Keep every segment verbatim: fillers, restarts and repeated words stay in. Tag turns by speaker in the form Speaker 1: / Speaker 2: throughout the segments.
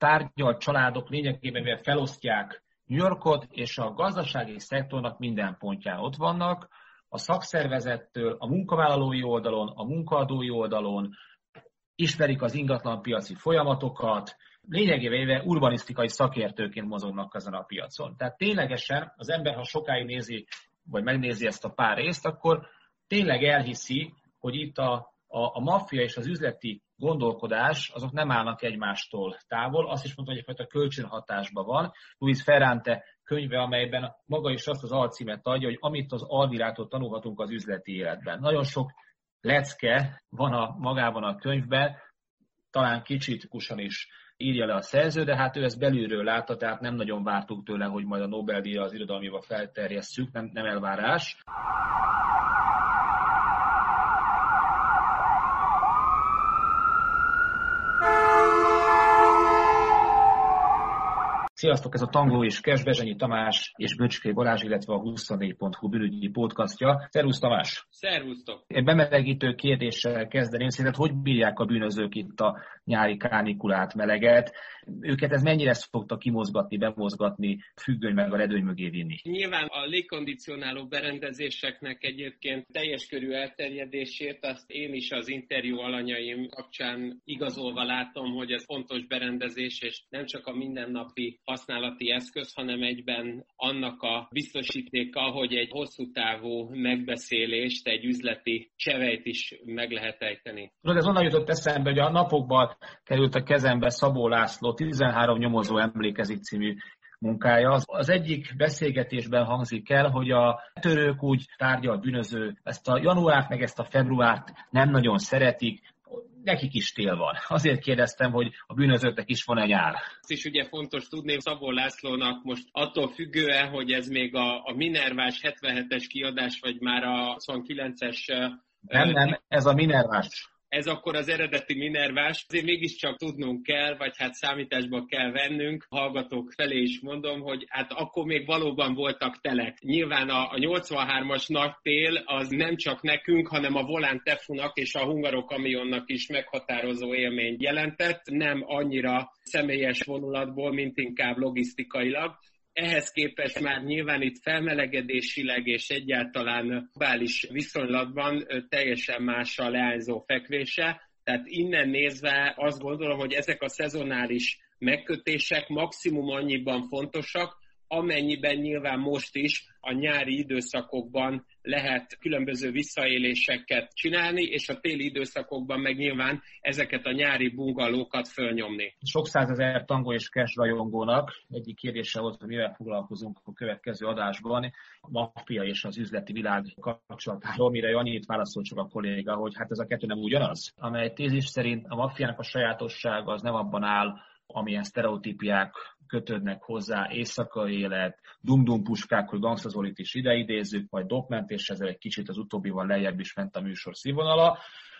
Speaker 1: tárgyalt családok lényegében mivel felosztják New Yorkot, és a gazdasági szektornak minden pontján ott vannak, a szakszervezettől, a munkavállalói oldalon, a munkaadói oldalon, ismerik az ingatlanpiaci folyamatokat, lényegében véve urbanisztikai szakértőként mozognak ezen a piacon. Tehát ténylegesen az ember, ha sokáig nézi, vagy megnézi ezt a pár részt, akkor tényleg elhiszi, hogy itt a, a, a maffia és az üzleti gondolkodás, azok nem állnak egymástól távol. Azt is mondtam, hogy egyfajta kölcsönhatásban van. Luis Ferrante könyve, amelyben maga is azt az alcímet adja, hogy amit az alvirától tanulhatunk az üzleti életben. Nagyon sok lecke van a, magában a könyvben, talán kicsit kusan is írja le a szerző, de hát ő ezt belülről látta, tehát nem nagyon vártuk tőle, hogy majd a Nobel-díjra az irodalmiba felterjesszük, nem, nem elvárás. Sziasztok, ez a Tango és Cash, Bezsenyi Tamás és Böcskei Balázs, illetve a huszonnégy pont hu bűnügyi podcastja. Szervusz Tamás!
Speaker 2: Szervusztok!
Speaker 1: Egy bemelegítő kérdéssel kezdeném. Szerinted hogy bírják a bűnözők itt a nyári kánikulát, meleget? Őket ez mennyire szokta kimozgatni, bemozgatni, függöny meg a redőny mögé vinni?
Speaker 2: Nyilván a légkondicionáló berendezéseknek egyébként teljes körű elterjedését, azt én is az interjú alanyaim kapcsán igazolva látom, hogy ez fontos berendezés, és nem csak a mindennapi használati eszköz, hanem egyben annak a biztosítéka, hogy egy hosszú távú megbeszélést, egy üzleti csevejt is meg lehet ejteni.
Speaker 1: Tudod, ez onnan jutott eszembe, hogy a napokban került a kezembe Szabó László tizenhárom nyomozó emlékezik című munkája. Az egyik beszélgetésben hangzik el, hogy a törők úgy tárgyal bűnöző, ezt a januárt meg ezt a februárt nem nagyon szeretik, nekik is tél van. Azért kérdeztem, hogy a bűnözőknek is van-e nyár.
Speaker 2: Azt is ugye fontos tudni, Szabó Lászlónak most attól függően, hogy ez még a, a Minervás hetvenhetes kiadás, vagy már a huszonkilences...
Speaker 1: Nem, nem, ez a Minervás.
Speaker 2: Ez akkor az eredeti Minervás. Azért mégiscsak tudnunk kell, vagy hát számításba kell vennünk. Hallgatók felé is mondom, hogy hát akkor még valóban voltak telek. Nyilván a, a nyolcvanhármas nagy tél az nem csak nekünk, hanem a Volán Tefunak és a Hungarokamionnak is meghatározó élményt jelentett. Nem annyira személyes vonulatból, mint inkább logisztikailag. Ehhez képest már nyilván itt felmelegedésileg és egyáltalán globális viszonylatban teljesen más a leányzó fekvése. Tehát innen nézve azt gondolom, hogy ezek a szezonális megkötések maximum annyiban fontosak, amennyiben nyilván most is a nyári időszakokban lehet különböző visszaéléseket csinálni, és a téli időszakokban meg nyilván ezeket a nyári bungalókat fölnyomni.
Speaker 1: Sok százezer tango és cash rajongónak egyik kérdése volt, hogy mivel foglalkozunk a következő adásban, a maffia és az üzleti világ kapcsolatáról, mire annyit válaszolt csak a kolléga, hogy hát ez a kettő nem ugyanaz, amely tézis szerint a maffiának a sajátossága az nem abban áll, amilyen sztereotípiák kötődnek hozzá, éjszakai élet, dum-dum puskák, hogy Gangsta Zolit is ideidézzük, vagy Dokment, és ezzel egy kicsit az utóbbival lejjebb is ment a műsor színvonala,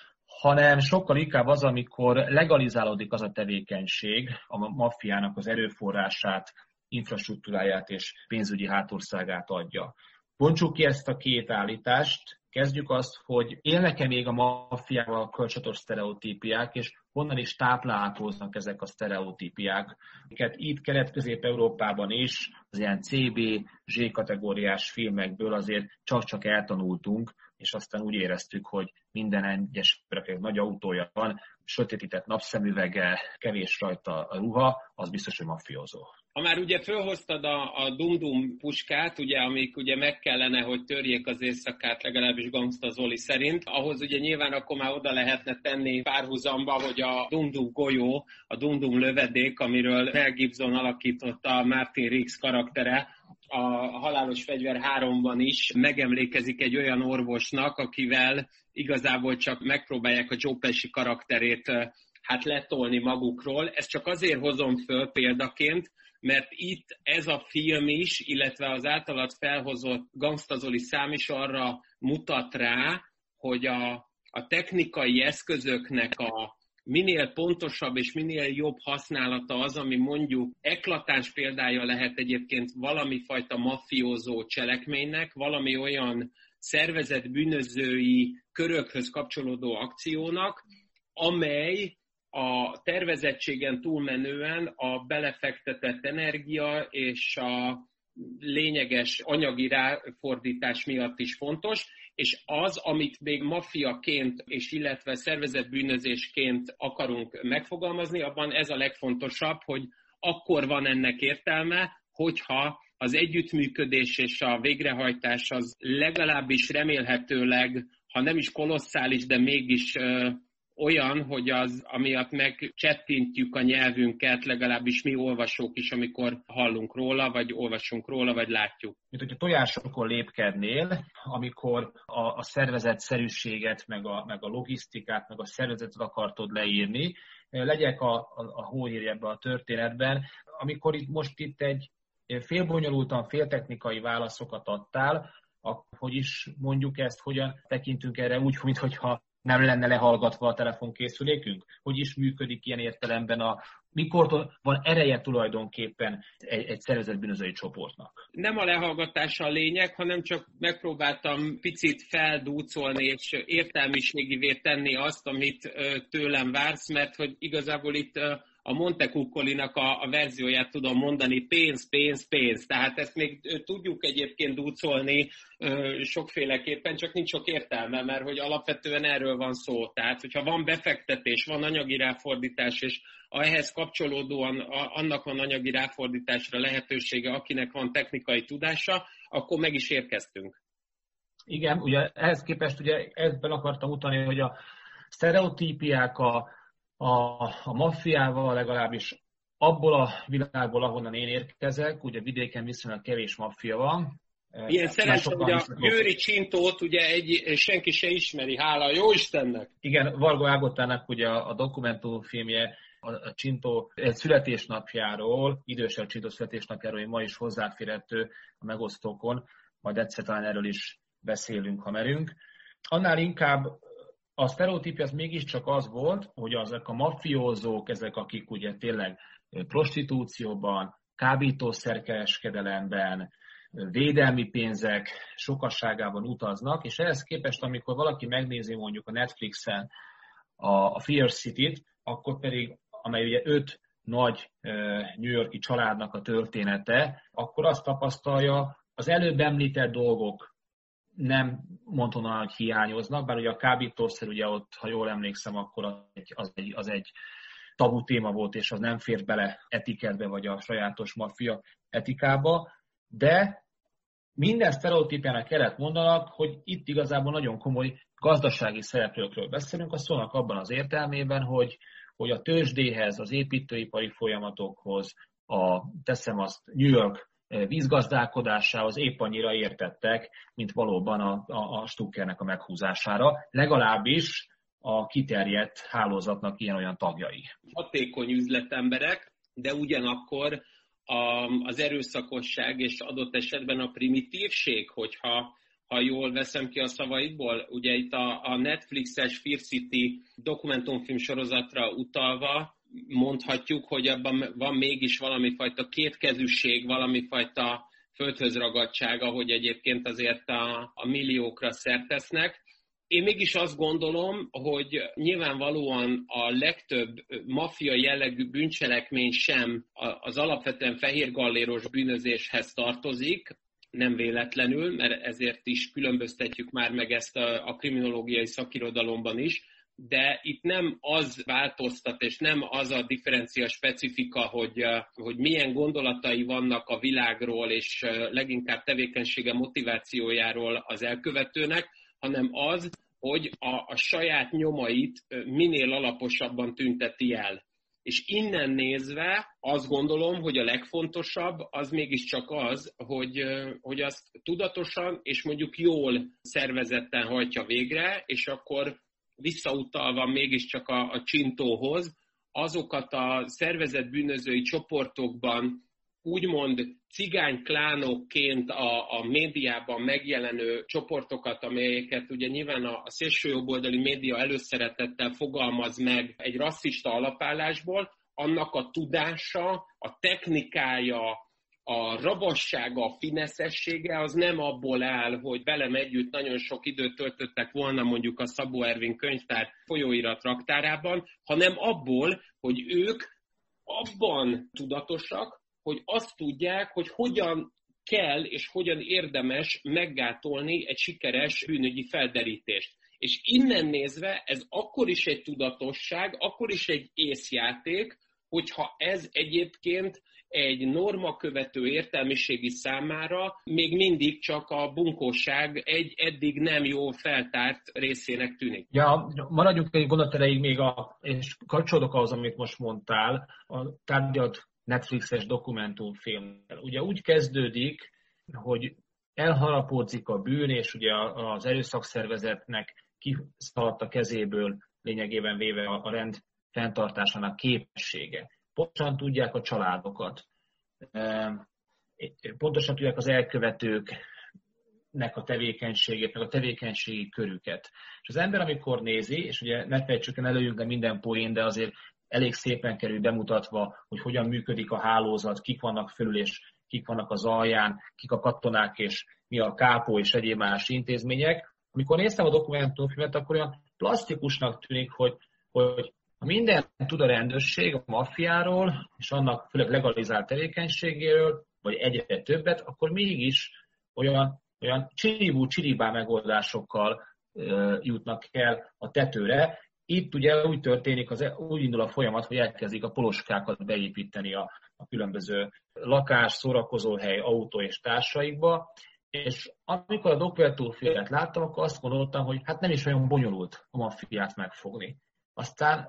Speaker 1: hanem sokkal inkább az, amikor legalizálódik az a tevékenység, a maffiának az erőforrását, infrastruktúráját és pénzügyi hátországát adja. Bontsuk ki ezt a két állítást, kezdjük azt, hogy élnek-e még a maffiával kapcsolatos sztereotípiák, és honnan is táplálkoznak ezek a sztereotípiák. Itt Kelet-Közép-Európában is az ilyen cé bé, zé-kategóriás filmekből azért csak-csak eltanultunk, és aztán úgy éreztük, hogy minden egyes emberek nagy autója van, sötétített napszemüvege, kevés rajta a ruha, az biztos, hogy maffiózó.
Speaker 2: Ha már ugye fölhoztad a, a dum-dum puskát, ugye, amik ugye meg kellene, hogy törjék az éjszakát, legalábbis Gangsta Zoli szerint, ahhoz ugye nyilván akkor már oda lehetne tenni párhuzamba, hogy a dum-dum golyó, a dum-dum lövedék, amiről Mel Gibson alakította Martin Riggs karaktere, a Halálos fegyver háromban is megemlékezik egy olyan orvosnak, akivel igazából csak megpróbálják a Joe Pesci karakterét hát letolni magukról. Ezt csak azért hozom föl példaként, mert itt ez a film is, illetve az általad felhozott Gangsta Zoli szám is arra mutat rá, hogy a, a technikai eszközöknek a minél pontosabb és minél jobb használata az, ami mondjuk eklatáns példája lehet egyébként valami fajta maffiózó cselekménynek, valami olyan szervezett bűnözői körökhöz kapcsolódó akciónak, amely a tervezettségen túlmenően a belefektetett energia és a lényeges anyagi ráfordítás miatt is fontos, és az, amit még maffiaként és illetve szervezetbűnözésként akarunk megfogalmazni, abban ez a legfontosabb, hogy akkor van ennek értelme, hogyha az együttműködés és a végrehajtás az legalábbis remélhetőleg, ha nem is kolosszális, de mégis ö, olyan, hogy az, amiatt megcsettintjük a nyelvünket, legalábbis mi olvasók is, amikor hallunk róla, vagy olvasunk róla, vagy látjuk.
Speaker 1: Mint hogy a tojásokon lépkednél, amikor a, a szervezetszerűséget, meg a, meg a logisztikát, meg a szervezetet akartod leírni. Legyek a, a, a hóhírj ebben a történetben, amikor itt most itt egy félbonyolultan, féltechnikai válaszokat adtál, hogy is mondjuk ezt, hogyan tekintünk erre úgy, mintha nem lenne lehallgatva a telefonkészülékünk? Hogy is működik ilyen értelemben a... Mikor van ereje tulajdonképpen egy, egy szervezetbűnözői csoportnak?
Speaker 2: Nem a lehallgatás a lényeg, hanem csak megpróbáltam picit feldúcolni és értelmiségivé tenni azt, amit tőlem vársz, mert hogy igazából itt a Montecuccolinak a, a verzióját tudom mondani, pénz, pénz, pénz. Tehát ezt még tudjuk egyébként dúcolni ö, sokféleképpen, csak nincs sok értelme, mert hogy alapvetően erről van szó. Tehát, hogyha van befektetés, van anyagi ráfordítás, és ehhez kapcsolódóan a, annak van anyagi ráfordításra lehetősége, akinek van technikai tudása, akkor meg is érkeztünk.
Speaker 1: Igen, ugye ehhez képest ugye ebben akartam utalni, hogy a sztereotípiák, a A, a maffiával, legalábbis abból a világból, ahonnan én érkezek, ugye vidéken viszonylag kevés maffia van.
Speaker 2: Ilyen szerencsé, hogy a Győri Csintót ugye egy, senki se ismeri, hála a jó Istennek.
Speaker 1: Igen, Varga Ágottának ugye a, a dokumentumfilmje a, a Csintó egy születésnapjáról, idősebb Csintó születésnapjáról, én ma is hozzáférhető a megosztókon, majd egyszer talán erről is beszélünk, ha merünk. Annál inkább a sztereotípia az mégiscsak az volt, hogy azok a maffiózók, ezek akik ugye tényleg prostitúcióban, kábítószerkereskedelemben, védelmi pénzek sokasságában utaznak, és ehhez képest, amikor valaki megnézi mondjuk a Netflixen a Fear City-t, akkor pedig, amely ugye öt nagy New York-i családnak a története, akkor azt tapasztalja, az előbb említett dolgok nem mondhatom, hogy hiányoznak, bár ugye a kábítószer, ugye ott, ha jól emlékszem, akkor az egy, az egy, az egy tabu téma volt, és az nem fér bele etiketbe, vagy a sajátos maffia etikába, de minden sztereotípjának kellett mondanak, hogy itt igazából nagyon komoly gazdasági szereplőkről beszélünk, a szónak abban az értelmében, hogy, hogy a tőzsdéhez, az építőipari folyamatokhoz, a, teszem azt, New York vízgazdálkodásához épp annyira értettek, mint valóban a, a, a Stuckernek a meghúzására, legalábbis a kiterjedt hálózatnak ilyen-olyan tagjai.
Speaker 2: Hatékony üzletemberek, de ugyanakkor a, az erőszakosság és adott esetben a primitívség, hogyha ha jól veszem ki a szavaidból, ugye itt a, a Netflixes Fear City dokumentumfilm sorozatra utalva, mondhatjuk, hogy abban van mégis valami fajta kétkezűség, valami fajta földhöz ragadtság, ahogy egyébként azért a, a milliókra szert tesznek. Én mégis azt gondolom, hogy nyilvánvalóan a legtöbb maffia jellegű bűncselekmény sem az alapvetően fehérgalléros bűnözéshez tartozik, nem véletlenül, mert ezért is különböztetjük már meg ezt a, a kriminológiai szakirodalomban is, de itt nem az változtat, és nem az a differencia specifika, hogy, hogy milyen gondolatai vannak a világról, és leginkább tevékenysége motivációjáról az elkövetőnek, hanem az, hogy a, a saját nyomait minél alaposabban tünteti el. És innen nézve azt gondolom, hogy a legfontosabb az mégiscsak az, hogy, hogy azt tudatosan és mondjuk jól szervezetten hajtja végre, és akkor visszautalva mégiscsak a, a Csintóhoz, azokat a szervezett bűnözői csoportokban úgymond cigány klánokként a, a médiában megjelenő csoportokat, amelyeket ugye nyilván a, a szélsőjobboldali média előszeretettel fogalmaz meg egy rasszista alapállásból, annak a tudása, a technikája, a rabassága, a fineszessége az nem abból áll, hogy velem együtt nagyon sok időt töltöttek volna mondjuk a Szabó Ervin könyvtár folyóirat raktárában, hanem abból, hogy ők abban tudatosak, hogy azt tudják, hogy hogyan kell és hogyan érdemes meggátolni egy sikeres bűnügyi felderítést. És innen nézve ez akkor is egy tudatosság, akkor is egy észjáték, hogyha ez egyébként egy normakövető értelmiségi számára még mindig csak a bunkóság egy eddig nem jól feltárt részének tűnik.
Speaker 1: Ja, maradjunk egy gondolat erejéig még, a, és kapcsolódok ahhoz, amit most mondtál, a tárgyalt Netflixes dokumentumfilmmel. Ugye úgy kezdődik, hogy elharapódzik a bűn, és ugye az erőszakszervezetnek kiszaladt a kezéből lényegében véve a rend fenntartásának képessége. Pontosan tudják a családokat, pontosan tudják az elkövetőknek a tevékenységét, meg a tevékenységi körüket. És az ember, amikor nézi, és ugye ne fejtsük el előjünk le minden poén, de azért elég szépen kerül bemutatva, hogy hogyan működik a hálózat, kik vannak fölül és kik vannak az alján, kik a katonák és mi a kápó és egyéb más intézmények. Amikor néztem a dokumentumfilmet, akkor olyan plastikusnak tűnik, hogy, hogy ha minden tud a rendőrség a maffiáról, és annak főleg legalizált tevékenységéről, vagy egyre többet, akkor mégis olyan, olyan csiribú, csiribá megoldásokkal ö, jutnak el a tetőre. Itt ugye úgy történik, az, úgy indul a folyamat, hogy elkezdik a poloskákat beépíteni a, a különböző lakás, szórakozóhely, autó és társaikba, és amikor a dokumentumfilmet láttam, akkor azt gondoltam, hogy hát nem is olyan bonyolult a maffiát megfogni. Aztán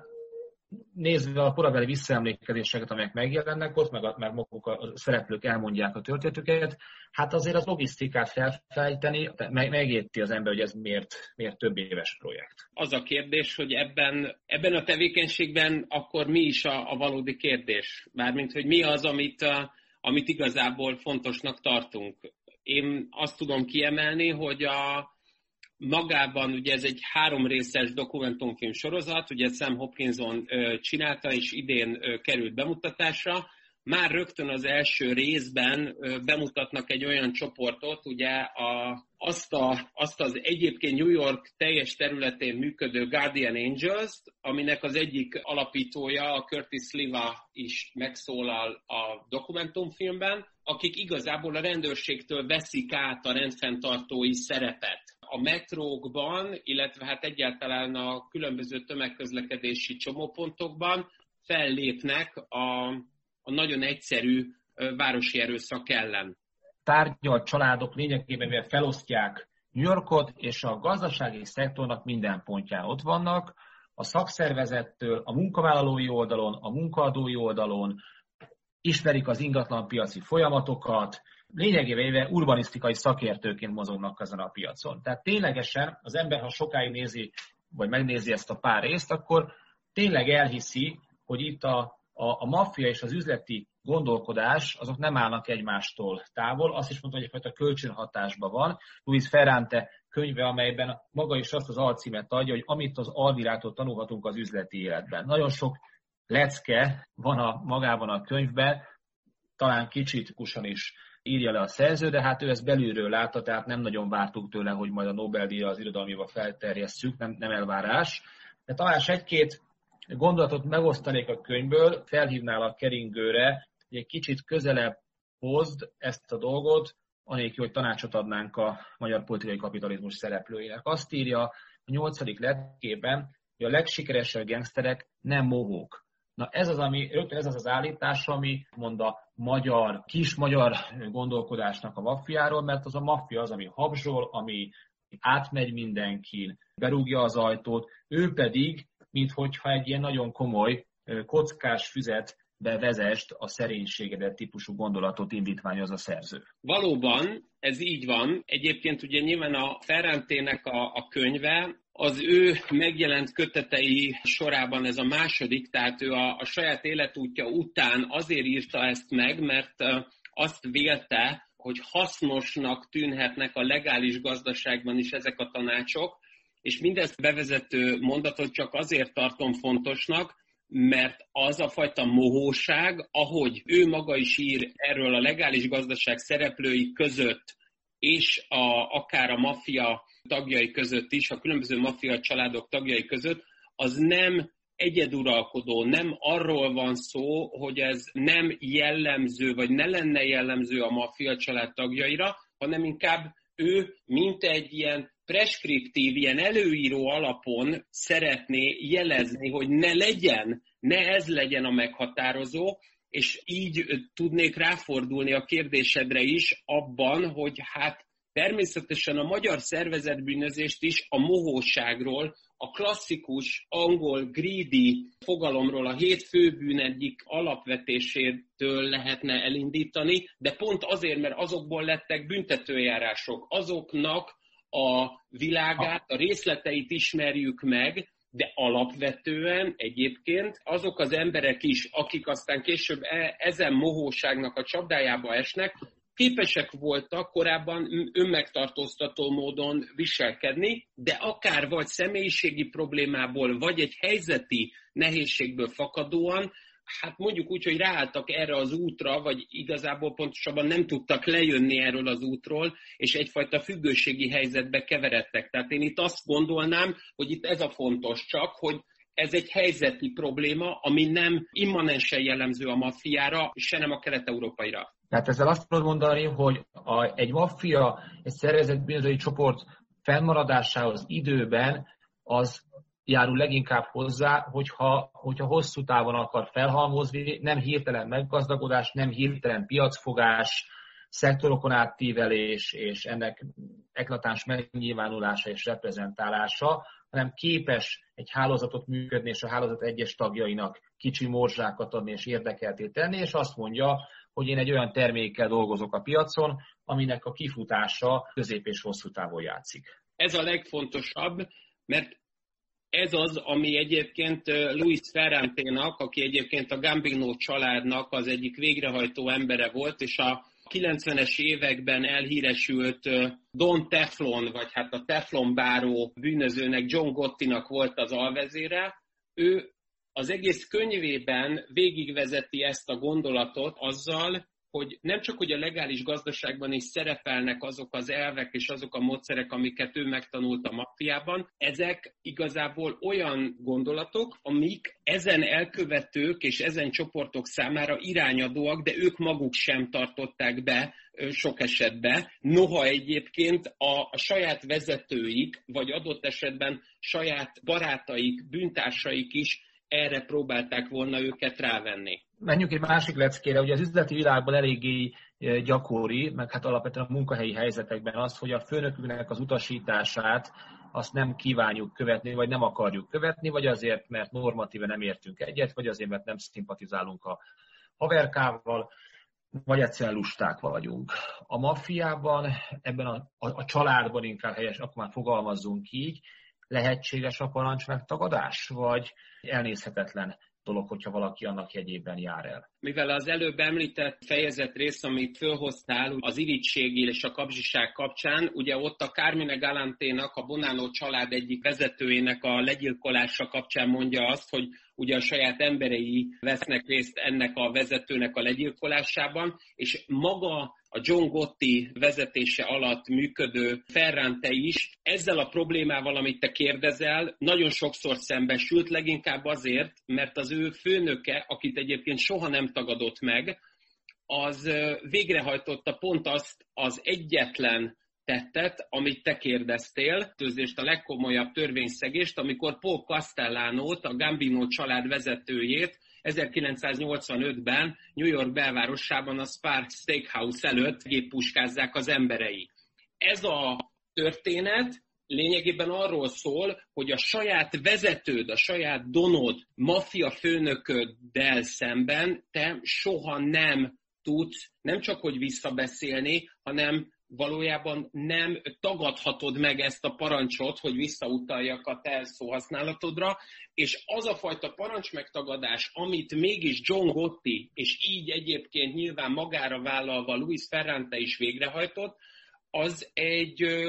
Speaker 1: nézve a korabeli visszaemlékezéseket, amelyek megjelennek ott, meg, a, meg maguk a szereplők elmondják a történetüket, hát azért az logisztikát felfejteni, meg, megérti az ember, hogy ez miért, miért több éves projekt.
Speaker 2: Az a kérdés, hogy ebben, ebben a tevékenységben akkor mi is a, a valódi kérdés? Mármint, hogy mi az, amit, a, amit igazából fontosnak tartunk. Én azt tudom kiemelni, hogy a magában, ugye ez egy három részes dokumentumfilm sorozat, ugye Sam Hopkinson csinálta, és idén került bemutatásra. Már rögtön az első részben bemutatnak egy olyan csoportot, ugye a, azt, a, azt az egyébként New York teljes területén működő Guardian Angels-t, aminek az egyik alapítója, a Curtis Sliwa is megszólal a dokumentumfilmben, akik igazából a rendőrségtől veszik át a rendfenntartói szerepet. A metrókban, illetve hát egyáltalán a különböző tömegközlekedési csomópontokban fellépnek a, a nagyon egyszerű városi erőszak ellen.
Speaker 1: Tárgyalt családok lényegében felosztják New Yorkot, és a gazdasági szektornak minden pontján ott vannak, a szakszervezettől, a munkavállalói oldalon, a munkaadói oldalon, ismerik az ingatlanpiaci folyamatokat, lényegében éve urbanisztikai szakértőként mozognak ezen a piacon. Tehát ténylegesen az ember, ha sokáig nézi, vagy megnézi ezt a pár részt, akkor tényleg elhiszi, hogy itt a, a, a maffia és az üzleti gondolkodás, azok nem állnak egymástól távol. Azt is mondta, hogy egyfajta kölcsönhatásban van. Luis Ferrante könyve, amelyben maga is azt az alcímet adja, hogy amit az Alvirától tanulhatunk az üzleti életben. Nagyon sok lecke van a, magában a könyvben, talán kicsit is írja le a szerző, de hát ő ezt belülről látta, tehát nem nagyon vártuk tőle, hogy majd a Nobel-díjra az irodalmiba felterjesszük, nem, nem elvárás. De talán egy-két gondolatot megosztanék a könyvből, felhívnál a keringőre, hogy egy kicsit közelebb hozd ezt a dolgot, anélkül, hogy tanácsot adnánk a magyar politikai kapitalizmus szereplőinek. Azt írja a nyolcadik leckében, hogy a legsikeresebb gengszterek nem mohók. Na ez az, ami, rögtön ez az az állítás, ami mond a magyar, kis magyar gondolkodásnak a maffiáról, mert az a maffia az, ami habzsol, ami átmegy mindenkin, berúgja az ajtót, ő pedig, minthogyha egy ilyen nagyon komoly, kockás füzetbe vezest a szerénységedet típusú gondolatot indítványoz a szerző.
Speaker 2: Valóban, ez így van. Egyébként ugye nyilván a Ferrantének a, a könyve, az ő megjelent kötetei sorában ez a második, tehát ő a, a saját életútja után azért írta ezt meg, mert azt vélte, hogy hasznosnak tűnhetnek a legális gazdaságban is ezek a tanácsok, és mindezt bevezető mondatot csak azért tartom fontosnak, mert az a fajta mohóság, ahogy ő maga is ír erről a legális gazdaság szereplői között, és a, akár a maffia tagjai között is, a különböző maffia családok tagjai között, az nem egyeduralkodó, nem arról van szó, hogy ez nem jellemző, vagy ne lenne jellemző a maffia család tagjaira, hanem inkább ő, mint egy ilyen preskriptív, ilyen előíró alapon szeretné jelezni, hogy ne legyen, ne ez legyen a meghatározó, és így tudnék ráfordulni a kérdésedre is abban, hogy hát természetesen a magyar szervezetbűnözést is a mohóságról, a klasszikus angol greedy fogalomról, a hét főbűn egyik alapvetésétől lehetne elindítani, de pont azért, mert azokból lettek büntetőjárások. Azoknak a világát, a részleteit ismerjük meg, de alapvetően egyébként azok az emberek is, akik aztán később e- ezen mohóságnak a csapdájába esnek, képesek voltak korábban önmegtartóztató módon viselkedni, de akár vagy személyiségi problémából, vagy egy helyzeti nehézségből fakadóan, hát mondjuk úgy, hogy ráálltak erre az útra, vagy igazából pontosabban nem tudtak lejönni erről az útról, és egyfajta függőségi helyzetbe keveredtek. Tehát én itt azt gondolnám, hogy itt ez a fontos csak, hogy ez egy helyzeti probléma, ami nem immanensen jellemző a maffiára, se nem a kelet-európaira.
Speaker 1: Tehát ezzel azt tudod mondani, hogy a, egy maffia, egy szervezett bűnözői csoport fennmaradásához időben az járul leginkább hozzá, hogyha, hogyha hosszú távon akar felhalmozni, nem hirtelen meggazdagodás, nem hirtelen piacfogás, szektorokon áttívelés és ennek eklatáns megnyilvánulása és reprezentálása, hanem képes egy hálózatot működni, és a hálózat egyes tagjainak kicsi morzsákat adni és érdekelté tenni, és azt mondja, hogy én egy olyan termékkel dolgozok a piacon, aminek a kifutása közép és hosszú távon játszik.
Speaker 2: Ez a legfontosabb, mert ez az, ami egyébként Luis Ferranténak, aki egyébként a Gambino családnak az egyik végrehajtó embere volt, és a kilencvenes években elhíresült Don Teflon, vagy hát a Teflon báró bűnözőnek, John Gottinak volt az alvezére. Ő az egész könyvében végigvezeti ezt a gondolatot azzal, hogy nem csak hogy a legális gazdaságban is szerepelnek azok az elvek és azok a módszerek, amiket ő megtanult a maffiában, ezek igazából olyan gondolatok, amik ezen elkövetők és ezen csoportok számára irányadóak, de ők maguk sem tartották be sok esetben. Noha egyébként a, a saját vezetőik, vagy adott esetben saját barátaik, bűntársaik is erre próbálták volna őket rávenni.
Speaker 1: Menjünk egy másik leckére, ugye az üzleti világban eléggé gyakori, meg hát alapvetően a munkahelyi helyzetekben az, hogy a főnökünknek az utasítását azt nem kívánjuk követni, vagy nem akarjuk követni, vagy azért, mert normatíve nem értünk egyet, vagy azért, mert nem szimpatizálunk a haverkával, vagy egyszerűen lusták vagyunk. A maffiában, ebben a, a, a családban inkább helyes, akkor már fogalmazzunk így, lehetséges a parancs megtagadás, vagy elnézhetetlen dolog, hogyha valaki annak jegyében jár el?
Speaker 2: Mivel az előbb említett fejezet rész, amit fölhoztál, az irigység és a kapzsiság kapcsán, ugye ott a Carmine Galanténak, a Bonanno család egyik vezetőjének a legyilkolása kapcsán mondja azt, hogy ugye a saját emberei vesznek részt ennek a vezetőnek a legyilkolásában, és maga a John Gotti vezetése alatt működő Ferrante is ezzel a problémával, amit te kérdezel, nagyon sokszor szembesült, leginkább azért, mert az ő főnöke, akit egyébként soha nem tagadott meg, az végrehajtotta pont azt az egyetlen tettet, amit te kérdeztél, tőzést a legkomolyabb törvényszegést, amikor Paul Castellanót, a Gambino család vezetőjét ezerkilencszáznyolcvanötben New York belvárosában a Sparks Steakhouse előtt géppuskázzák az emberei. Ez a történet lényegében arról szól, hogy a saját vezetőd, a saját donod, maffia főnököddel szemben te soha nem tudsz nem csak hogy visszabeszélni, hanem valójában nem tagadhatod meg ezt a parancsot, hogy visszautaljak a te szóhasználatodra, és az a fajta parancsmegtagadás, amit mégis John Gotti, és így egyébként nyilván magára vállalva Luis Ferrante is végrehajtott, az egy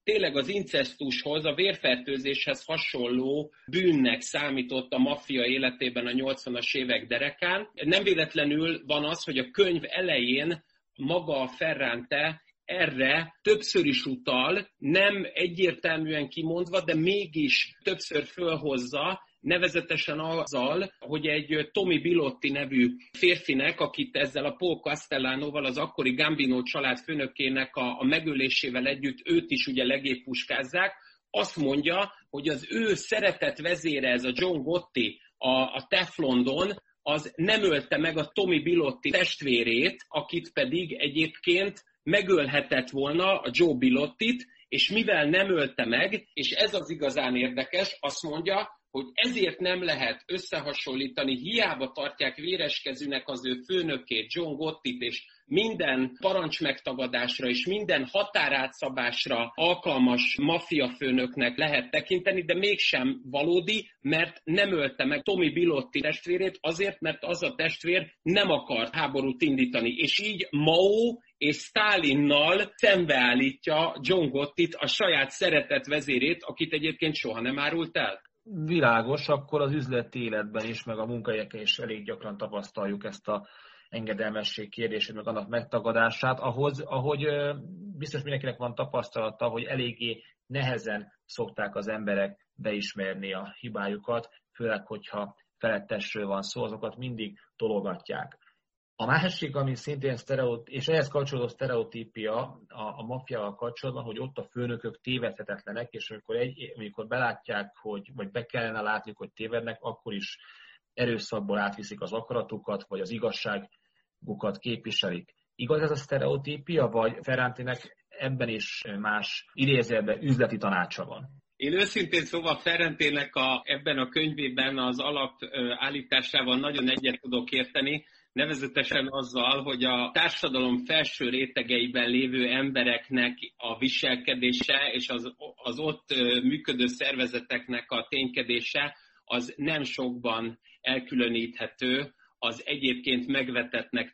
Speaker 2: tényleg az incesztushoz, a vérfertőzéshez hasonló bűnnek számított a maffia életében a nyolcvanas évek derekán. Nem véletlenül van az, hogy a könyv elején maga a Ferrante erre többször is utal, nem egyértelműen kimondva, de mégis többször fölhozza, nevezetesen azzal, hogy egy Tommy Bilotti nevű férfinek, akit ezzel a Paul Castellanoval, az akkori Gambino család főnökének a, a megölésével együtt őt is ugye legépuskázzák, azt mondja, hogy az ő szeretett vezére, ez a John Gotti a, a Teflondon, az nem ölte meg a Tommy Bilotti testvérét, akit pedig egyébként megölhetett volna, a Joe Bilottit, és mivel nem ölte meg, és ez az igazán érdekes, azt mondja, hogy ezért nem lehet összehasonlítani, hiába tartják véreskezűnek az ő főnökét, John Gottit, és minden parancsmegtagadásra és minden határátszabásra alkalmas maffiafőnöknek lehet tekinteni, de mégsem valódi, mert nem ölte meg Tommy Bilotti testvérét azért, mert az a testvér nem akart háborút indítani. És így Mao és Sztálinnal szembeállítja John Gottit, a saját szeretett vezérét, akit egyébként soha nem árult el.
Speaker 1: Világos, akkor az üzleti életben is, meg a munkahelyeken is elég gyakran tapasztaljuk ezt a engedelmesség kérdését, meg annak megtagadását, ahhoz, ahogy biztos mindenkinek van tapasztalata, hogy eléggé nehezen szokták az emberek beismerni a hibájukat, főleg, hogyha felettesről van szó, azokat mindig tologatják. A másik, ami szintén sztereotípia, és ehhez kapcsolódó sztereotípia a, a maffiával kapcsolatban, hogy ott a főnökök tévedhetetlenek, és amikor, egy, amikor belátják, hogy, vagy be kellene látni, hogy tévednek, akkor is erőszakból átviszik az akaratukat, vagy az igazságukat képviselik. Igaz ez a sztereotípia, vagy Ferrantének ebben is más idézőjelben üzleti tanácsa van?
Speaker 2: Én őszintén szóval Ferrantének a, ebben a könyvében az alapállításával nagyon egyet tudok érteni, nevezetesen azzal, hogy a társadalom felső rétegeiben lévő embereknek a viselkedése és az, az ott működő szervezeteknek a ténykedése az nem sokban elkülöníthető az egyébként megvetettnek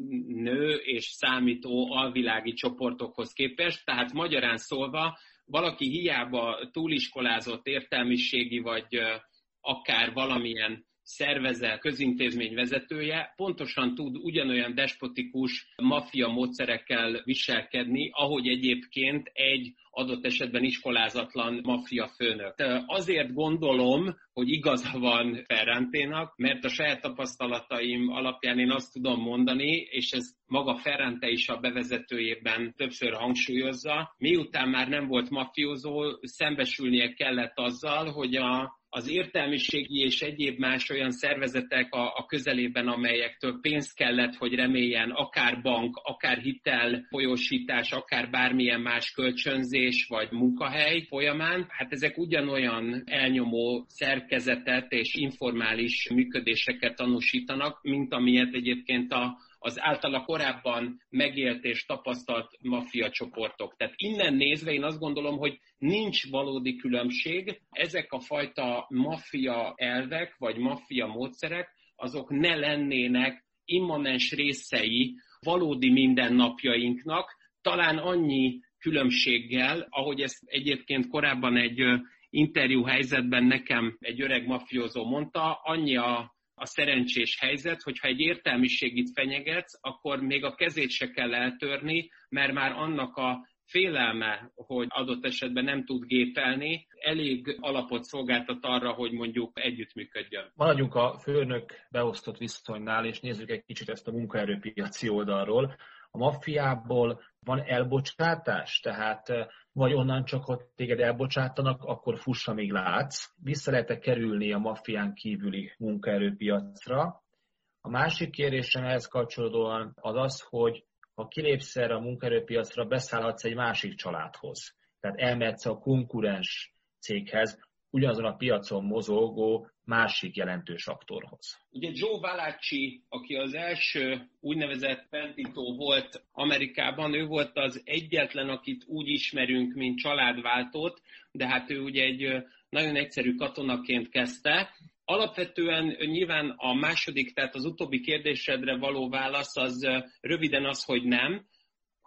Speaker 2: tűnő és számító alvilági csoportokhoz képest. Tehát magyarán szólva, valaki hiába túliskolázott értelmiségi vagy akár valamilyen szervezet, közintézmény vezetője pontosan tud ugyanolyan despotikus maffia módszerekkel viselkedni, ahogy egyébként egy adott esetben iskolázatlan maffia főnök. Azért gondolom, hogy igaza van Ferranténak, mert a saját tapasztalataim alapján én azt tudom mondani, és ez maga Ferrante is a bevezetőjében többször hangsúlyozza, miután már nem volt maffiózó, szembesülnie kellett azzal, hogy a az értelmiségi és egyéb más olyan szervezetek a, a közelében, amelyektől pénzt kellett, hogy reméljen, akár bank, akár hitel folyósítás, akár bármilyen más kölcsönzés vagy munkahely folyamán, hát ezek ugyanolyan elnyomó szerkezetet és informális működéseket tanúsítanak, mint amilyet egyébként a az általa korábban megélt és tapasztalt maffia csoportok. Tehát innen nézve én azt gondolom, hogy nincs valódi különbség. Ezek a fajta maffia elvek, vagy maffia módszerek, azok ne lennének immanens részei valódi mindennapjainknak, talán annyi különbséggel, ahogy ezt egyébként korábban egy interjú helyzetben nekem egy öreg maffiózó mondta, annyi a a szerencsés helyzet, hogyha egy értelmiségit fenyegetsz, akkor még a kezét se kell eltörni, mert már annak a félelme, hogy adott esetben nem tud gépelni, elég alapot szolgáltat arra, hogy mondjuk együttműködjön.
Speaker 1: Maradjunk a főnök beosztott viszonynál, és nézzük egy kicsit ezt a munkaerőpiaci oldalról. A maffiából van elbocsátás, tehát vagy onnan csak, hogy téged elbocsátanak, akkor fuss, amíg látsz. Vissza lehet-e kerülni a maffián kívüli munkaerőpiacra? A másik kérdésem ehhez kapcsolódóan az az, hogy ha kilépsz erre a munkaerőpiacra, beszállhatsz egy másik családhoz. Tehát elmehetsz a konkurens céghez, ugyanazon a piacon mozogó másik jelentős aktorhoz.
Speaker 2: Ugye Joe Valachi, aki az első úgynevezett pentító volt Amerikában, ő volt az egyetlen, akit úgy ismerünk, mint családváltót, de hát ő ugye egy nagyon egyszerű katonaként kezdte. Alapvetően nyilván a második, tehát az utóbbi kérdésedre való válasz az röviden az, hogy nem.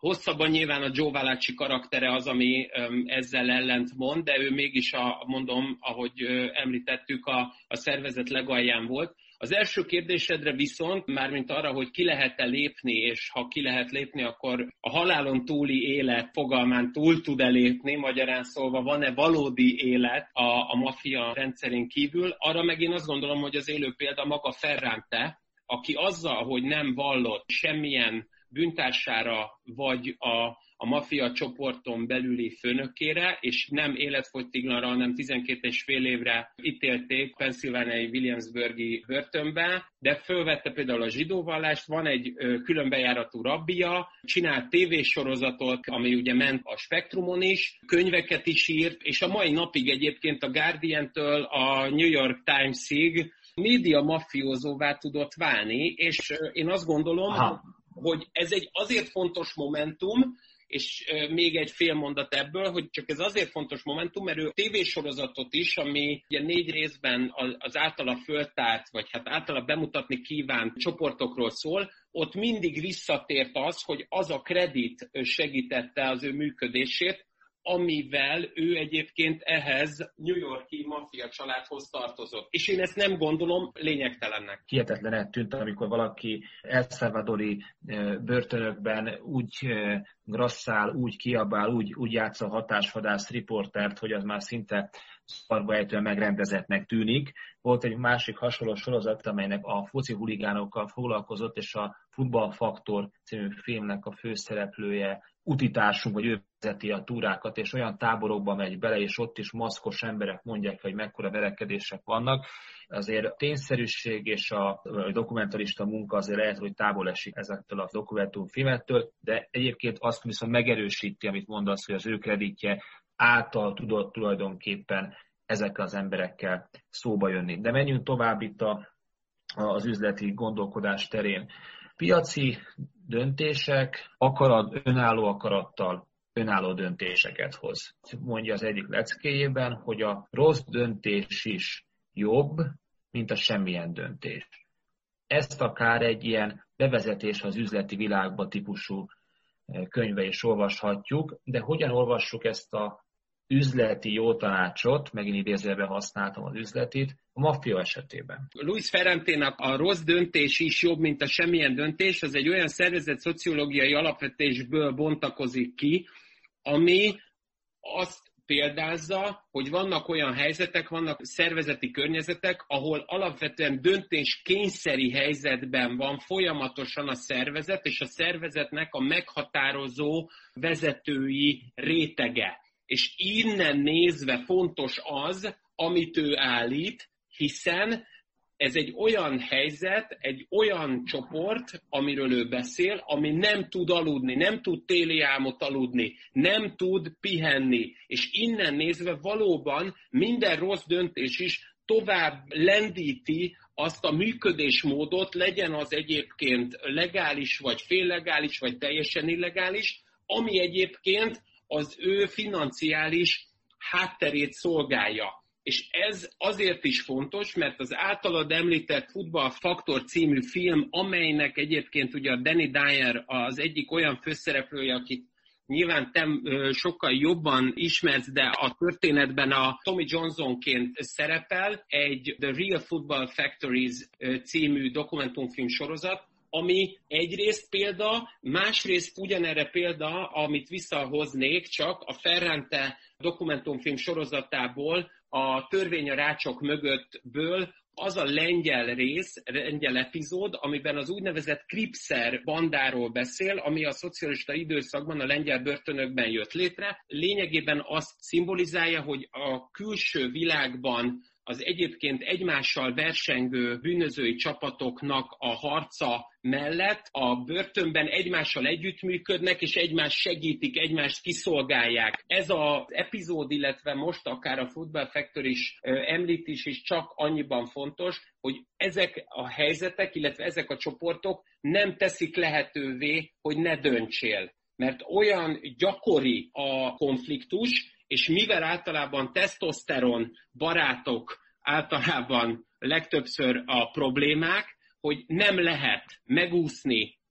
Speaker 2: Hosszabban nyilván a Joe Valachi karaktere az, ami ezzel ellent mond, de ő mégis, a, mondom, ahogy említettük, a, a szervezet legalján volt. Az első kérdésedre viszont, mármint arra, hogy ki lehet-e lépni, és ha ki lehet lépni, akkor a halálon túli élet fogalmán túl tud-e lépni, magyarán szólva van-e valódi élet a, a maffia rendszerén kívül, arra meg én azt gondolom, hogy az élő példa maga Ferrante, aki azzal, hogy nem vallott semmilyen bűntársára vagy a, a maffia csoporton belüli főnökére, és nem életfogytiglanra, hanem tizenkét és fél évre ítélték Pennsylvaniai Williamsburgi börtönbe, de fölvette például a zsidó vallást, van egy ö, különbejáratú rabbija, csinált tévésorozatot, ami ugye ment a Spektrumon is, könyveket is írt, és a mai napig egyébként a Guardian-től a New York Times-ig média mafiózóvá tudott válni, és ö, én azt gondolom, Aha. hogy ez egy azért fontos momentum, és még egy fél mondat ebből, hogy csak ez azért fontos momentum, mert ő tévésorozatot is, ami ugye négy részben az általa föltárt, vagy hát általa bemutatni kívánt csoportokról szól, ott mindig visszatért az, hogy az a kredit segítette az ő működését, amivel ő egyébként ehhez New York-i maffia családhoz tartozott. És én ezt nem gondolom lényegtelennek.
Speaker 1: Hihetetlen tűnt, amikor valaki El Salvadori börtönökben úgy grasszál, úgy kiabál, úgy, úgy játsza a hatásvadász riportert, hogy az már szinte szarba ejtően megrendezettnek tűnik. Volt egy másik hasonló sorozat, amelynek a foci huligánokkal foglalkozott, és a Futballfaktor című filmnek a főszereplője utitársunk, vagy ő vezeti a túrákat, és olyan táborokba megy bele, és ott is maszkos emberek mondják, hogy mekkora verekedések vannak. Azért a tényszerűség és a, a dokumentarista munka azért lehet, hogy távol esik ezektől a dokumentumfilmettől, de egyébként azt viszont megerősíti, amit mondasz, hogy az ő kreditje által tudott tulajdonképpen ezekkel az emberekkel szóba jönni. De menjünk tovább itt a, az üzleti gondolkodás terén. Piaci döntések, akarat, önálló akarattal önálló döntéseket hoz. Mondja az egyik leckéjében, hogy a rossz döntés is jobb, mint a semmilyen döntés. Ezt akár egy ilyen bevezetés az üzleti világba típusú könyve is olvashatjuk, de hogyan olvassuk ezt a üzleti jó tanácsot, megint idézőjelben használtam az üzletit, a maffia esetében.
Speaker 2: Luis Ferranténak a rossz döntés is jobb, mint a semmilyen döntés, az egy olyan szervezet szociológiai alapvetésből bontakozik ki, ami azt példázza, hogy vannak olyan helyzetek, vannak szervezeti környezetek, ahol alapvetően döntés kényszeri helyzetben van folyamatosan a szervezet, és a szervezetnek a meghatározó vezetői rétege. És innen nézve fontos az, amit ő állít, hiszen ez egy olyan helyzet, egy olyan csoport, amiről ő beszél, ami nem tud aludni, nem tud téli álmot aludni, nem tud pihenni. És innen nézve valóban minden rossz döntés is tovább lendíti azt a működésmódot, legyen az egyébként legális, vagy féllegális, vagy teljesen illegális, ami egyébként az ő financiális hátterét szolgálja. És ez azért is fontos, mert az általad említett Futballfaktor című film, amelynek egyébként ugye a Danny Dyer az egyik olyan főszereplője, akit nyilván te sokkal jobban ismersz, de a történetben a Tommy Johnsonként szerepel, egy The Real Football Factories című dokumentumfilm sorozat, ami egyrészt példa, másrészt ugyanerre példa, amit visszahoznék csak a Ferrante dokumentumfilm sorozatából, a Törvény a rácsok mögöttből, az a lengyel rész, lengyel epizód, amiben az úgynevezett Kripszer bandáról beszél, ami a szocialista időszakban a lengyel börtönökben jött létre. Lényegében azt szimbolizálja, hogy a külső világban az egyébként egymással versengő bűnözői csapatoknak a harca mellett a börtönben egymással együttműködnek, és egymást segítik, egymást kiszolgálják. Ez az epizód, illetve most akár a Football Factory is említés is csak annyiban fontos, hogy ezek a helyzetek, illetve ezek a csoportok nem teszik lehetővé, hogy ne döntsél. Mert olyan gyakori a konfliktus, és mivel általában tesztoszteron barátok általában legtöbbször a problémák, hogy nem lehet megúszni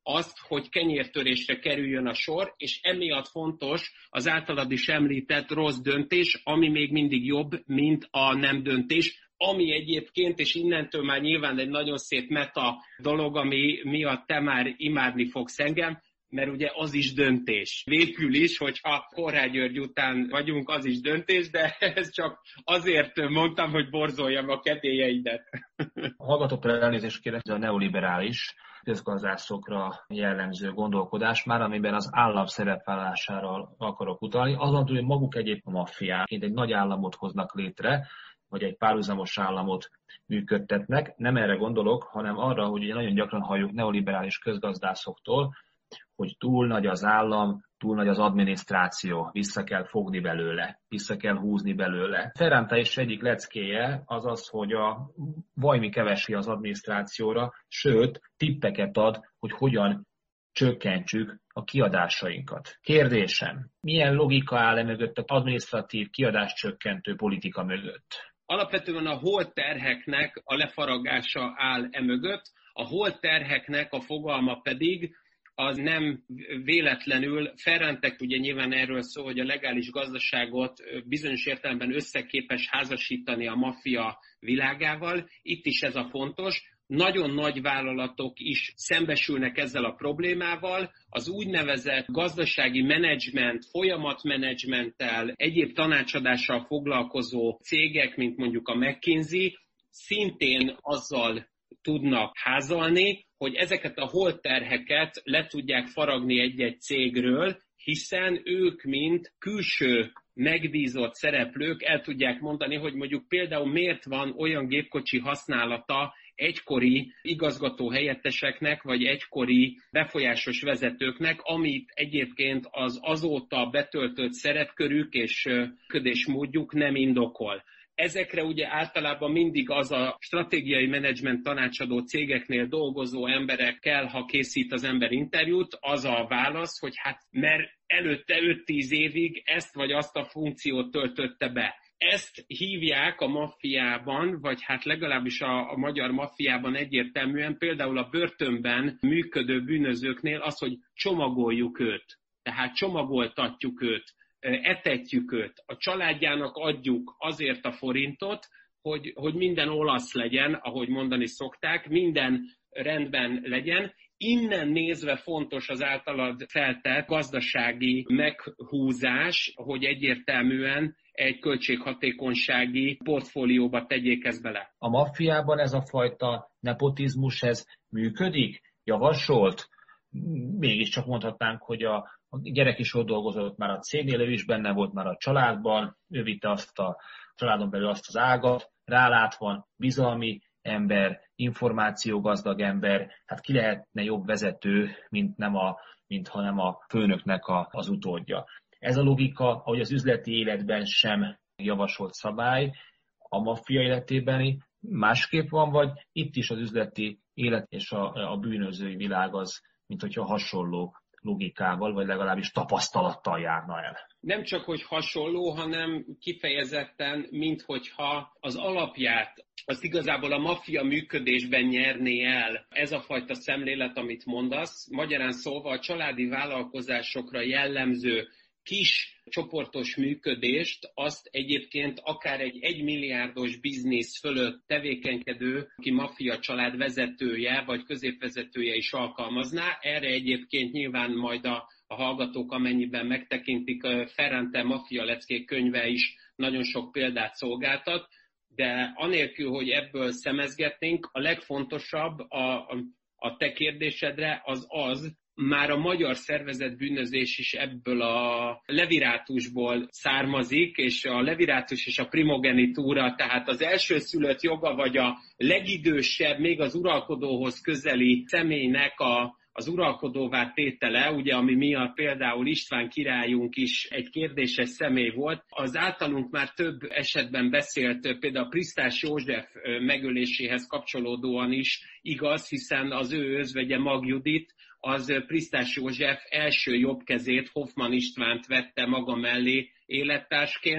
Speaker 2: azt, hogy kenyértörésre kerüljön a sor, és emiatt fontos az általad is említett rossz döntés, ami még mindig jobb, mint a nem döntés, ami egyébként, és innentől már nyilván egy nagyon szép meta dolog, ami miatt te már imádni fogsz engem, mert ugye az is döntés. Végül is, hogyha Korrád György után vagyunk, az is döntés, de ez csak azért mondtam, hogy borzoljam a kedélyeidet.
Speaker 1: A hallgatóktól elnézést kérek, ez a neoliberális közgazdászokra jellemző gondolkodás, már amiben az állam szerepvállalására akarok utalni. Azon túl, hogy maguk egyébként maffiáként egy nagy államot hoznak létre, vagy egy párhuzamos államot működtetnek. Nem erre gondolok, hanem arra, hogy ugye nagyon gyakran halljuk neoliberális közgazdászoktól, hogy túl nagy az állam, túl nagy az adminisztráció, vissza kell fogni belőle, vissza kell húzni belőle. Ferrante is egyik leckéje az az, hogy a vajmi kevesi az adminisztrációra, sőt, tippeket ad, hogy hogyan csökkentsük a kiadásainkat. Kérdésem, milyen logika áll e mögött az adminisztratív kiadáscsökkentő politika mögött?
Speaker 2: Alapvetően a holterheknek a lefaragása áll e mögött, a holterheknek a fogalma pedig az nem véletlenül, Ferrantek ugye nyilván erről szól, hogy a legális gazdaságot bizonyos értelemben összeképes házasítani a maffia világával, itt is ez a fontos. Nagyon nagy vállalatok is szembesülnek ezzel a problémával, az úgynevezett gazdasági menedzsment, folyamatmenedzsmenttel, egyéb tanácsadással foglalkozó cégek, mint mondjuk a McKinsey, szintén azzal tudnak házalni, hogy ezeket a holterheket le tudják faragni egy-egy cégről, hiszen ők, mint külső megbízott szereplők el tudják mondani, hogy mondjuk például miért van olyan gépkocsi használata egykori igazgatóhelyetteseknek, vagy egykori befolyásos vezetőknek, amit egyébként az azóta betöltött szerepkörük és működésmódjuk nem indokol. Ezekre ugye általában mindig az a stratégiai menedzsment tanácsadó cégeknél dolgozó emberekkel, ha készít az ember interjút, az a válasz, hogy hát mert előtte öt-tíz évig ezt vagy azt a funkciót töltötte be. Ezt hívják a maffiában, vagy hát legalábbis a, a magyar maffiában egyértelműen, például a börtönben működő bűnözőknél az, hogy csomagoljuk őt, tehát csomagoltatjuk őt, etetjük őt, a családjának adjuk azért a forintot, hogy, hogy minden olasz legyen, ahogy mondani szokták, minden rendben legyen. Innen nézve fontos az általad feltett gazdasági meghúzás, hogy egyértelműen egy költséghatékonysági portfólióba tegyék ezt bele.
Speaker 1: A maffiában ez a fajta nepotizmus, ez működik? Javasolt? Mégiscsak mondhatnánk, hogy a A gyerek is ott dolgozott már a cégnél, ő is benne volt már a családban, ő vitte azt a családon belül azt az ágat, rálátva bizalmi ember, információgazdag ember, hát ki lehetne jobb vezető, mint, nem a, mint hanem a főnöknek a, az utódja. Ez a logika, ahogy az üzleti életben sem javasolt szabály, a maffia életében másképp van, vagy itt is az üzleti élet és a, a bűnözői világ az, mint hogyha hasonló logikával, vagy legalábbis tapasztalattal járna el.
Speaker 2: Nem csak, hogy hasonló, hanem kifejezetten, minthogyha az alapját, azt igazából a maffia működésben nyerné el ez a fajta szemlélet, amit mondasz. Magyarán szólva a családi vállalkozásokra jellemző kis csoportos működést, azt egyébként akár egy egymilliárdos biznisz fölött tevékenykedő, aki maffia család vezetője vagy középvezetője is alkalmazná. Erre egyébként nyilván majd a, a hallgatók, amennyiben megtekintik, Ferrante Maffia leckék könyve is nagyon sok példát szolgáltat, de anélkül, hogy ebből szemezgetnénk, a legfontosabb a, a te kérdésedre az az, már a magyar szervezett bűnözés is ebből a levirátusból származik, és a levirátus és a primogenitúra, tehát az elsőszülött joga, vagy a legidősebb, még az uralkodóhoz közeli személynek a, az uralkodóvá tétele, ugye, ami miatt például István királyunk is egy kérdéses személy volt. Az általunk már több esetben beszélt, például Prisztás József megöléséhez kapcsolódóan is igaz, hiszen az ő özvegye Mag Judit, az Prisztás József első jobbkezét, Hoffmann Istvánt vette maga mellé élettársként,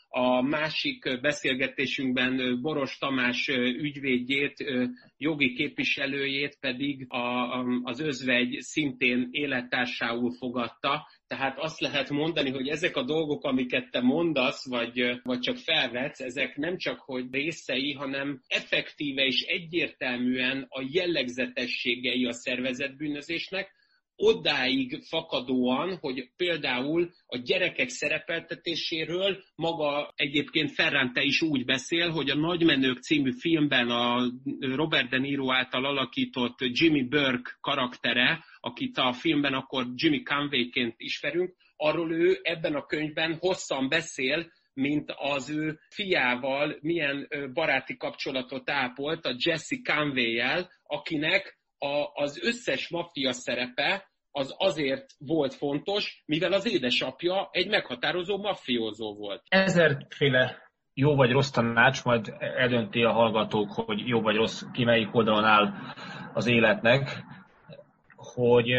Speaker 2: a másik beszélgetésünkben Boros Tamás ügyvédjét, jogi képviselőjét pedig a, az özvegy szintén élettársául fogadta. Tehát azt lehet mondani, hogy ezek a dolgok, amiket te mondasz, vagy, vagy csak felvetsz, ezek nem csak hogy részei, hanem effektíve és egyértelműen a jellegzetességei a szervezetbűnözésnek, odáig fakadóan, hogy például a gyerekek szerepeltetéséről maga egyébként Ferrante is úgy beszél, hogy a Nagymenők című filmben a Robert De Niro által alakított Jimmy Burke karaktere, akit a filmben akkor Jimmy Conwayként ismerünk, arról ő ebben a könyvben hosszan beszél, mint az ő fiával milyen baráti kapcsolatot ápolt a Jesse Conway-jel, akinek a, az összes maffia szerepe az azért volt fontos, mivel az édesapja egy meghatározó maffiózó volt.
Speaker 1: Ezerféle jó vagy rossz tanács, majd eldönti a hallgatók, hogy jó vagy rossz, ki melyik oldalon áll az életnek, hogy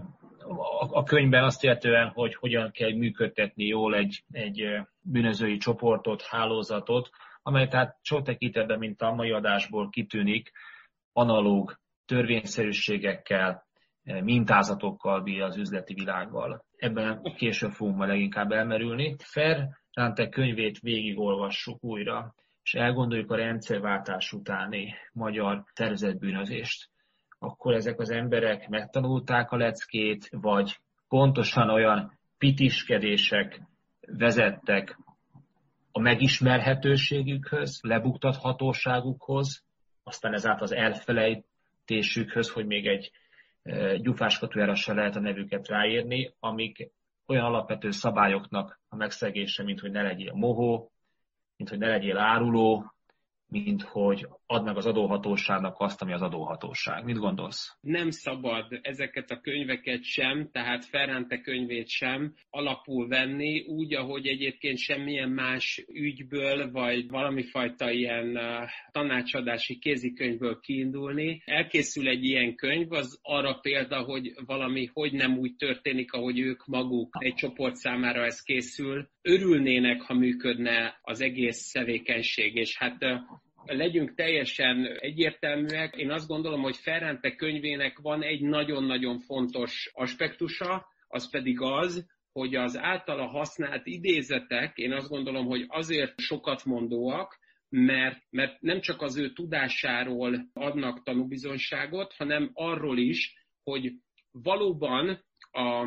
Speaker 1: a könyvben azt illetően, hogy hogyan kell működtetni jól egy, egy bűnözői csoportot, hálózatot, amely tehát sok tekintetben, mint a mai adásból kitűnik, analóg törvényszerűségekkel, mintázatokkal bír az üzleti világgal. Ebben később fogunk majd leginkább elmerülni. Ferrante könyvét végigolvassuk újra, és elgondoljuk a rendszerváltás utáni magyar szervezetbűnözést. Akkor ezek az emberek megtanulták a leckét, vagy pontosan olyan pitiskedések vezettek a megismerhetőségükhöz, lebuktathatóságukhoz, aztán ezáltal az elfelejtésükhöz, hogy még egy gyufáskatujára se lehet a nevüket ráírni, amik olyan alapvető szabályoknak a megszegése, mint hogy ne legyél mohó, mint hogy ne legyél áruló, mint hogy add meg az adóhatóságnak azt, ami az adóhatóság. Mit gondolsz?
Speaker 2: Nem szabad ezeket a könyveket sem, tehát Ferrante könyvét sem alapul venni, úgy, ahogy egyébként semmilyen más ügyből, vagy valami fajta ilyen uh, tanácsadási kézikönyvből kiindulni. Elkészül egy ilyen könyv, az arra példa, hogy valami hogy nem úgy történik, ahogy ők maguk egy csoport számára ez készül. Örülnének, ha működne az egész tevékenység, és hát uh, legyünk teljesen egyértelműek. Én azt gondolom, hogy Ferrante könyvének van egy nagyon-nagyon fontos aspektusa, az pedig az, hogy az általa használt idézetek, én azt gondolom, hogy azért sokat mondóak, mert, mert nem csak az ő tudásáról adnak tanúbizonyságot, hanem arról is, hogy valóban a,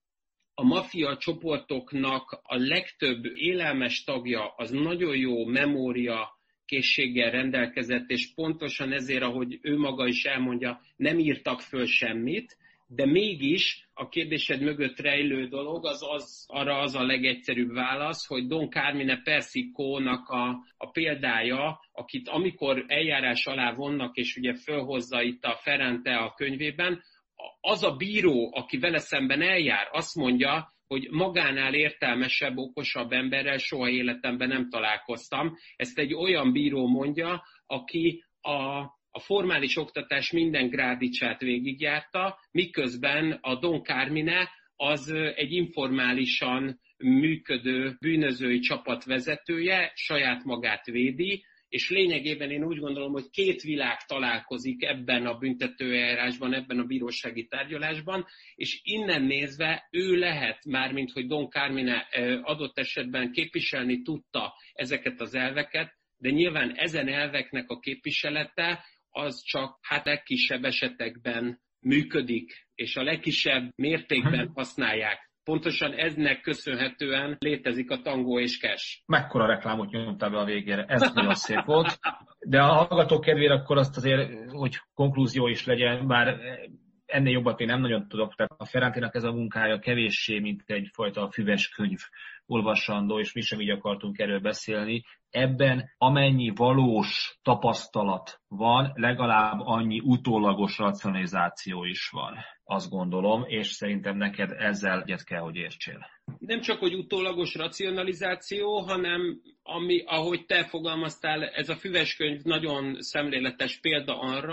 Speaker 2: a maffia csoportoknak a legtöbb élelmes tagja az nagyon jó memória készséggel rendelkezett, és pontosan ezért, ahogy ő maga is elmondja, nem írtak föl semmit, de mégis a kérdésed mögött rejlő dolog, az, az arra az a legegyszerűbb válasz, hogy Don Carmine Persico-nak a, a példája, akit amikor eljárás alá vonnak, és ugye fölhozza itt a Ferrante a könyvében, az a bíró, aki vele szemben eljár, azt mondja, hogy magánál értelmesebb, okosabb emberrel soha életemben nem találkoztam. Ezt egy olyan bíró mondja, aki a, a formális oktatás minden grádicsát végigjárta, miközben a Don Carmine az egy informálisan működő bűnözői csapat vezetője, saját magát védi, és lényegében én úgy gondolom, hogy két világ találkozik ebben a büntetőeljárásban, ebben a bírósági tárgyalásban, és innen nézve ő lehet, mármint hogy Don Carmine adott esetben képviselni tudta ezeket az elveket, de nyilván ezen elveknek a képviselete az csak hát legkisebb esetekben működik, és a legkisebb mértékben használják. Pontosan eznek köszönhetően létezik a Tango és Cash.
Speaker 1: Mekkora reklámot nyomtál be a végére, ez nagyon szép volt. De a hallgatók kedvére akkor azt azért, hogy konklúzió is legyen, bár ennél jobbat én nem nagyon tudok. Tehát a Ferranténak ez a munkája kevéssé, mint egyfajta füves könyv olvasandó, és mi sem így akartunk erről beszélni. Ebben amennyi valós tapasztalat van, legalább annyi utólagos racionalizáció is van, azt gondolom, és szerintem neked ezzel egyet kell, hogy értsél.
Speaker 2: Nem csak, hogy utólagos racionalizáció, hanem ami, ahogy te fogalmaztál, ez a füves könyv nagyon szemléletes példa arra,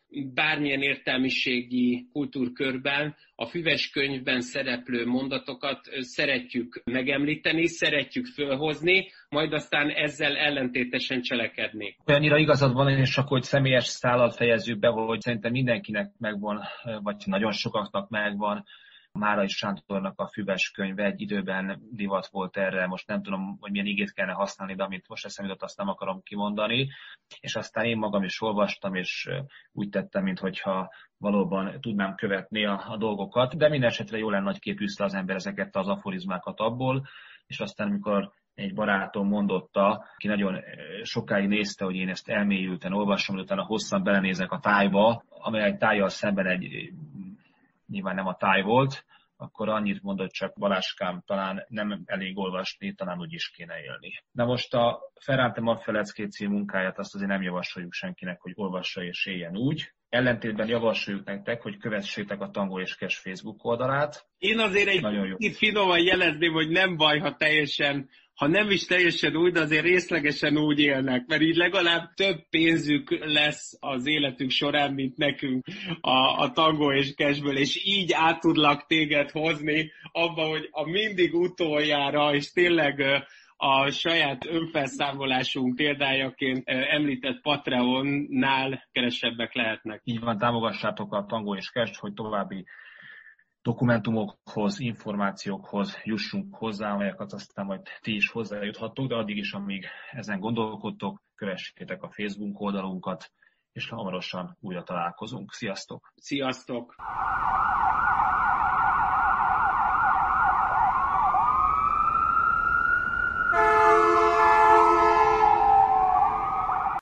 Speaker 2: bármilyen értelmiségi kultúrkörben a füves könyvben szereplő mondatokat szeretjük megemlíteni, szeretjük fölhozni, majd aztán ezzel ellentétesen cselekedni.
Speaker 1: Olyannyira igazad van, és csak hogy személyes szállal fejezzük be, hogy szerintem mindenkinek megvan, vagy nagyon sokaknak megvan, Márai Sándornak a füves könyve, egy időben divat volt erre, most nem tudom, hogy milyen igét kellene használni, de amit most eszembe jutott, azt nem akarom kimondani. És aztán én magam is olvastam, és úgy tettem, mintha valóban tudnám követni a, a dolgokat, de minden esetre jó lenne, nagy képűzte az ember ezeket az aforizmákat abból, és aztán amikor egy barátom mondotta, aki nagyon sokáig nézte, hogy én ezt elmélyülten olvasom, hogy utána hosszan belenézek a tájba, amely egy tájjal szemben egy nyilván nem a táj volt, akkor annyit mondott csak, Baláskám, talán nem elég olvasni, talán úgy is kéne élni. Na most a Ferrante Maffelecki című munkáját azt azért nem javasoljuk senkinek, hogy olvassa és éljen úgy. Ellentétben javasoljuk nektek, hogy kövessétek a Tango és Cash Facebook oldalát.
Speaker 2: Én azért egy kicsit finoman jelezném, hogy nem baj, ha teljesen, ha nem is teljesen úgy, de azért részlegesen úgy élnek, mert így legalább több pénzük lesz az életük során, mint nekünk a, a Tango és Cashből, és így át tudlak téged hozni abba, hogy a mindig utoljára, és tényleg a saját önfelszámolásunk példájaként említett Patreonnál keresebbek lehetnek.
Speaker 1: Így van, támogassátok a Tango és Cash, hogy további dokumentumokhoz, információkhoz jussunk hozzá, amelyeket aztán majd ti is hozzájuthattok, de addig is, amíg ezen gondolkodtok, kövessétek a Facebook oldalunkat, és hamarosan újra találkozunk. Sziasztok!
Speaker 2: Sziasztok!